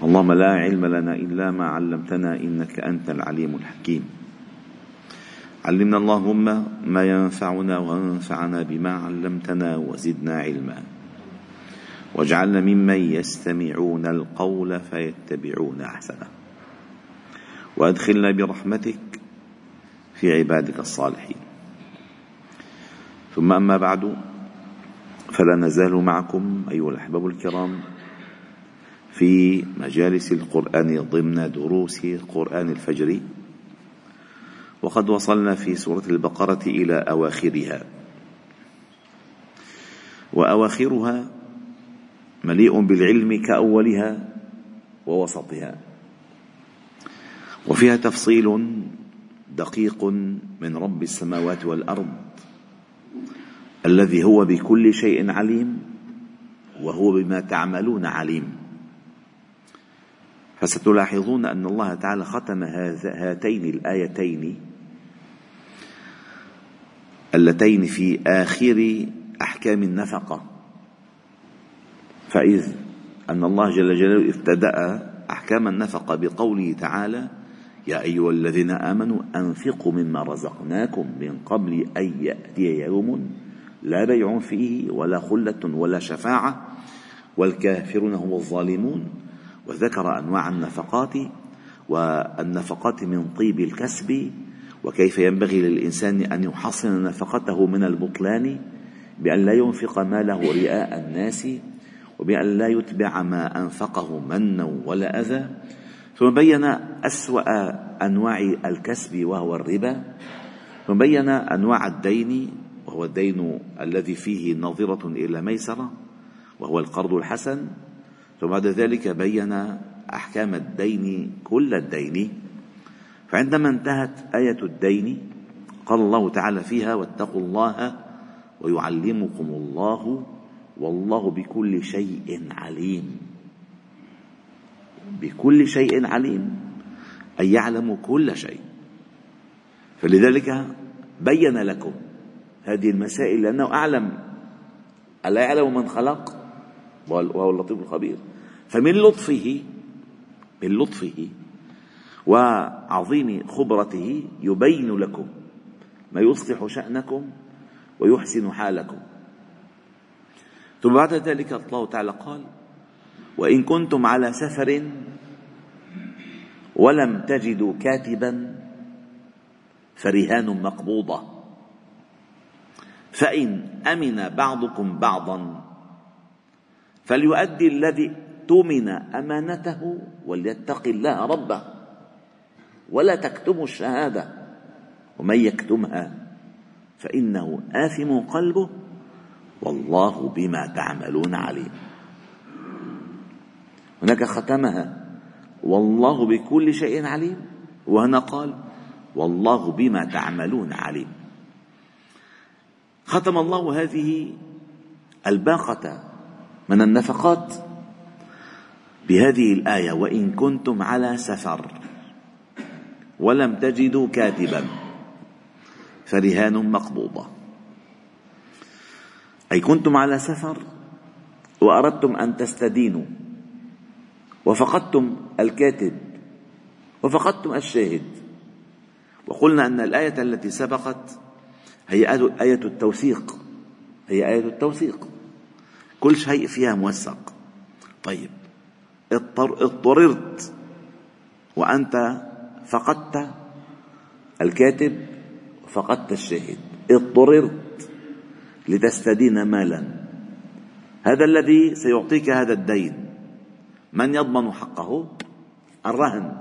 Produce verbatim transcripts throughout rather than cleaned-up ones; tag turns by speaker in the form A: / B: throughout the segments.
A: اللهم لا علم لنا إلا ما علمتنا إنك أنت العليم الحكيم. علمنا اللهم ما ينفعنا وانفعنا بما علمتنا وزدنا علما، واجعلنا ممن يستمعون القول فيتبعون أحسنه، وأدخلنا برحمتك في عبادك الصالحين. ثم أما بعد، فلا نزال معكم أيها الأحباب الكرام في مجالس القرآن ضمن دروس قرآن الفجر، وقد وصلنا في سورة البقرة إلى أواخرها، وأواخرها مليء بالعلم كأولها ووسطها، وفيها تفصيل دقيق من رب السماوات والأرض الذي هو بكل شيء عليم، وهو بما تعملون عليم. فستلاحظون أن الله تعالى ختم هاتين الآيتين اللتين في آخر أحكام النفقة، فإذ أن الله جل جلاله ابتدأ أحكام النفقة بقوله تعالى: يا أيها الذين آمنوا أنفقوا مما رزقناكم من قبل أن يأتي يوم لا بيع فيه ولا خلة ولا شفاعة والكافرون هم الظالمون. وذكر أنواع النفقات، والنفقات من طيب الكسب، وكيف ينبغي للإنسان أن يحصن نفقته من البطلان بأن لا ينفق ماله رئاء الناس، وبأن لا يتبع ما أنفقه منا ولا أذى. ثم بين أسوأ أنواع الكسب وهو الربا، ثم بين أنواع الدين وهو الدين الذي فيه نظرة إلى ميسرة وهو القرض الحسن، ثم بعد ذلك بين أحكام الدين كل الدين. فعندما انتهت آية الدين قال الله تعالى فيها: واتقوا الله ويعلمكم الله والله بكل شيء عليم. بكل شيء عليم أي يعلم كل شيء، فلذلك بين لكم هذه المسائل لأنه أعلم، ألا يعلم من خلق وهو اللطيف الخبير. فمن لطفه من لطفه وعظيم خبرته يبين لكم ما يصلح شأنكم ويحسن حالكم. ثم بعد ذلك الله تعالى قال: وإن كنتم على سفر ولم تجدوا كاتبا فرهان مقبوضة، فإن أمن بعضكم بعضا فليؤدي الذي اؤتمن أمانته وليتق الله ربه ولا تكتموا الشهادة ومن يكتمها فإنه آثم قلبه والله بما تعملون عليم. هناك ختمها والله بكل شيء عليم، وهنا قال والله بما تعملون عليم. ختم الله هذه الباقة من النفقات بهذه الآية: وإن كنتم على سفر ولم تجدوا كاتبا فرهان مقبوضة، أي كنتم على سفر وأردتم أن تستدينوا وفقدتم الكاتب وفقدتم الشاهد. وقلنا أن الآية التي سبقت هي آية التوثيق، هي آية التوثيق، كل شيء فيها موثق. طيب، اضطررت وأنت فقدت الكاتب وفقدت الشاهد، اضطررت لتستدين مالا، هذا الذي سيعطيك هذا الدين من يضمن حقه؟ الرهن.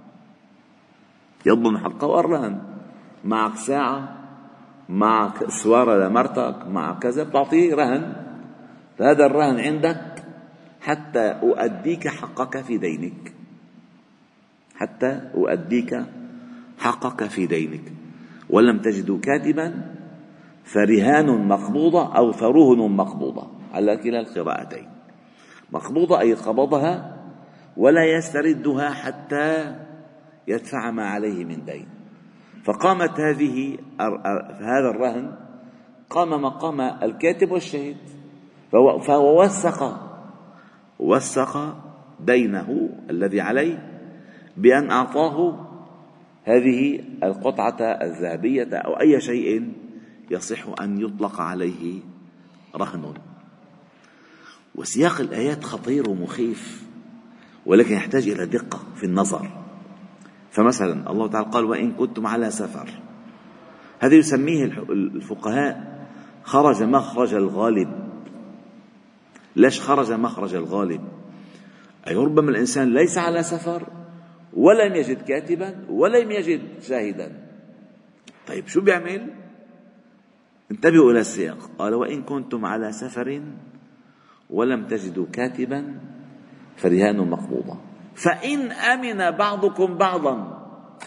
A: يضمن حقه الرهن. معك ساعة، معك سوارة لمرتك، معك كذا، تعطيه رهن، فهذا الرهن عندك حتى أؤديك حقك في دينك، حتى أؤديك حقك في دينك. ولم تجدوا كاتبا فرهان مقبوضة أو فرهن مقبوضة على كلا القراءتين. مقبوضة أي قبضها ولا يستردها حتى يدفع ما عليه من دين. فقامت هذه هذا الرهن قام مقام الكاتب والشهيد، فهو وثق وثق دينه الذي عليه بأن أعطاه هذه القطعة الذهبية أو أي شيء يصح أن يطلق عليه رهن. وسياق الآيات خطير ومخيف، ولكن يحتاج إلى دقة في النظر. فمثلا الله تعالى قال وإن كنتم على سفر، هذا يسميه الفقهاء خرج مخرج الغالب. ليش خرج مخرج الغالب؟ أي ربما الإنسان ليس على سفر ولم يجد كاتبا ولم يجد شاهدا، طيب شو بيعمل؟ انتبهوا إلى السياق. قال وإن كنتم على سفر ولم تجدوا كاتبا فرهان مقبوضة فإن أمن بعضكم بعضا.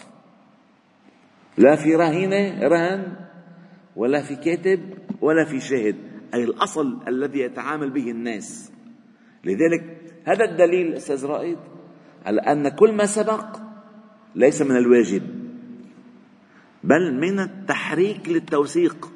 A: لا في رهينة رهن ولا في كاتب ولا في شاهد، أي الأصل الذي يتعامل به الناس. لذلك هذا الدليل أستاذ رائد على أن كل ما سبق ليس من الواجب بل من التحريك للتوثيق.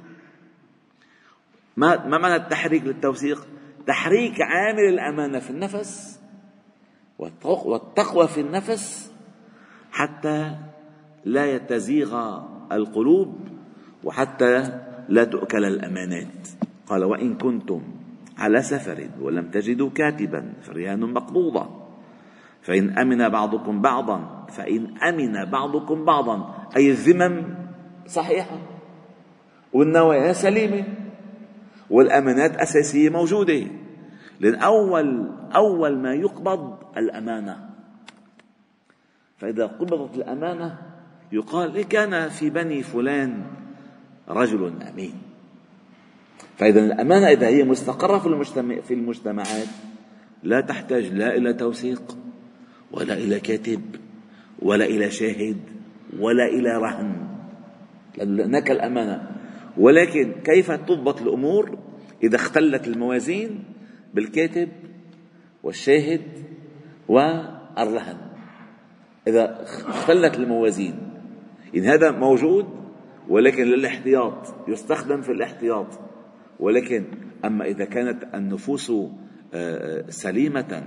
A: ما معنى التحريك للتوثيق؟ تحريك عامل الأمانة في النفس والتقوى في النفس حتى لا يتزيغ القلوب وحتى لا تؤكل الأمانات. قال وإن كنتم على سفر ولم تجدوا كاتبا فرهان مقبوضة فإن أمن بعضكم بعضا فإن أمن بعضكم بعضا، أي الذمم صحيحة والنوايا سليمة والأمانات أساسية موجودة. لأن أول أول ما يقبض الأمانة، فإذا قبضت الأمانة يقال كان في بني فلان رجل أمين. فإذا الأمانة إذا هي مستقرة في المجتمع في المجتمعات لا تحتاج لا إلى توثيق ولا إلى كاتب ولا إلى شاهد ولا إلى رهن، لأن هناك الأمانة. ولكن كيف تضبط الأمور إذا اختلت الموازين بالكاتب والشاهد والرهن؟ إذا اختلت الموازين إن هذا موجود ولكن للاحتياط يستخدم في الاحتياط. ولكن أما إذا كانت النفوس سليمة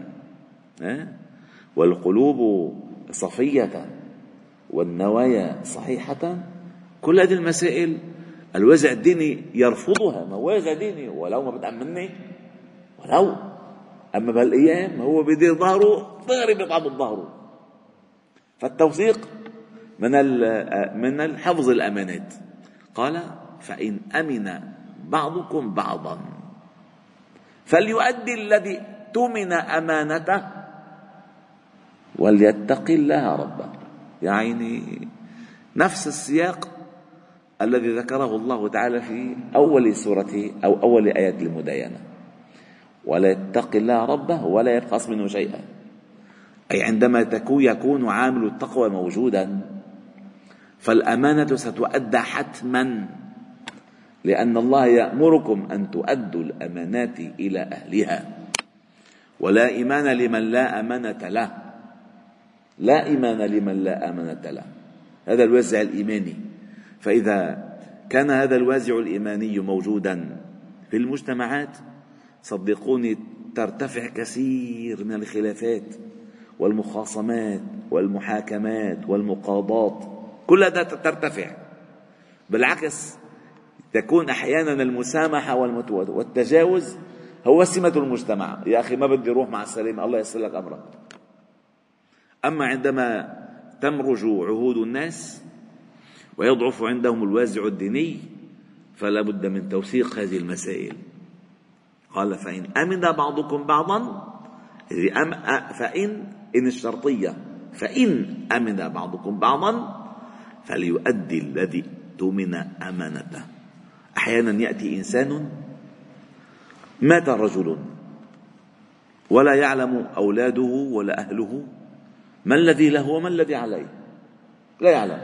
A: والقلوب صفية والنوايا صحيحة، كل هذه المسائل الوازع الديني يرفضها. ما وازع ديني ولو ما بدعم مني ولو، أما بهالأيام هو بيدير ظهره دغري بيطعم الظهر. فالتوثيق من من الحفظ الأمانات. قال فإن أمن بعضكم بعضا فليؤدي الذي اؤتمن أمانته وليتق الله ربه. يعني نفس السياق الذي ذكره الله تعالى في أول سورة أو أول آيات المداينة، ولا يتق الله ربه ولا يبخس منه شيئا. أي عندما يكون عامل التقوى موجودا فالأمانة ستؤدى حتما، لأن الله يأمركم أن تؤدوا الأمانات إلى أهلها. ولا إيمان لمن لا أمانة له، لا إيمان لمن لا أمانة له. هذا الوازع الإيماني. فإذا كان هذا الوازع الإيماني موجودا في المجتمعات صدقوني ترتفع كثير من الخلافات والمخاصمات والمحاكمات والمقاضات، كلها ترتفع. بالعكس تكون أحيانا المسامحة والتجاوز هو سمة المجتمع. يا أخي ما بدي روح مع السلامة، الله يسر لك أمرك. أما عندما تمرج عهود الناس ويضعف عندهم الوازع الديني فلا بد من توثيق هذه المسائل. قال فإن أمن بعضكم بعضا، فإن إن الشرطية، فإن أمن بعضكم بعضا فليؤدي الذي اؤتمن أمانته. أحيانا يأتي إنسان مات رجل ولا يعلم أولاده ولا أهله ما الذي له وما الذي عليه، لا يعلم.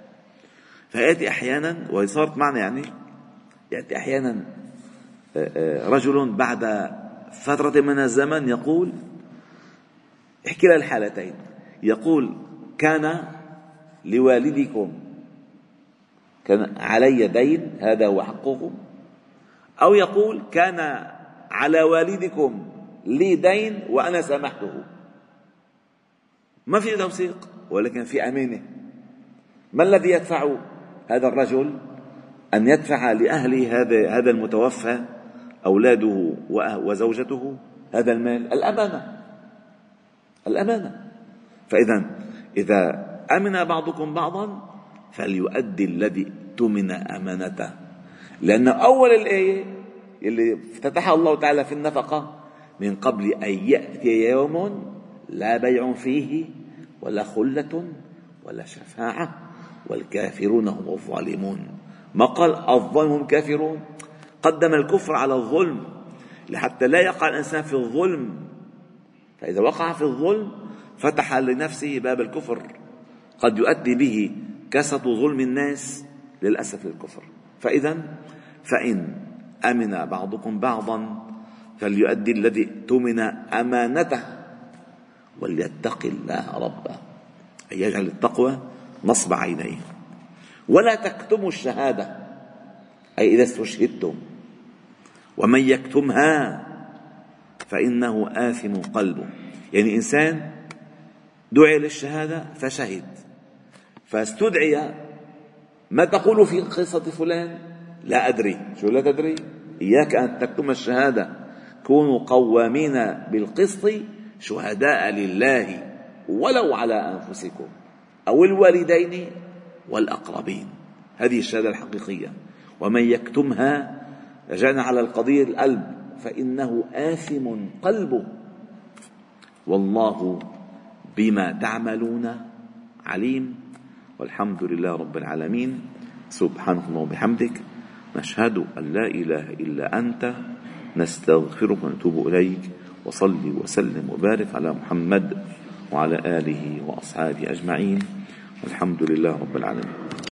A: فيأتي أحيانا، وهي صارت معنا يعني، يأتي أحيانا رجل بعد فترة من الزمن يقول، احكي لها الحالتين، يقول كان لوالدكم كان علي دين هذا هو حقكم، أو يقول كان على والدكم لي دين وأنا سامحته. ما في توثيق ولكن في أمانة. ما الذي يدفع هذا الرجل أن يدفع لأهل هذا هذا المتوفى أولاده وزوجته هذا المال؟ الأمانة. الأمانة. فإذا إذا أمن بعضكم بعضا فليؤدي الذي اؤتمن أمانته، لأن أول الآية اللي افتتحها الله تعالى في النفقة من قبل أن يأتي يوم لا بيع فيه ولا خلة ولا شفاعة والكافرون هم الظالمون. ما قال الظالم هم كافرون، قدم الكفر على الظلم لحتى لا يقع الإنسان في الظلم، فإذا وقع في الظلم فتح لنفسه باب الكفر قد يؤدي به كسرة ظلم الناس للأسف للكفر. فإذا فإن أمن بعضكم بعضا فليؤدي الذي اؤتمن أمانته وليتق الله ربه، أن يجعل التقوى نصب عينيه. ولا تكتموا الشهادة، أي إذا استشهدتم، ومن يكتمها فإنه آثم قلبه. يعني إنسان دعي للشهادة فشهد، فاستدعي ما تقول في قصة فلان؟ لا أدري. شو لا تدري؟ إياك أن تكتم الشهادة. كونوا قوامين بالقسط شهداء لله ولو على أنفسكم أو الوالدين والأقربين. هذه الشهادة الحقيقية. ومن يكتمها، رجعنا على القضية القلب، فإنه آثم قلبه والله بما تعملون عليم. والحمد لله رب العالمين. سبحانك اللهم وبحمدك، نشهد أن لا إله إلا أنت، نستغفرك ونتوب إليك. وصلي وسلم وبارك على محمد وعلى آله وأصحابه أجمعين، والحمد لله رب العالمين.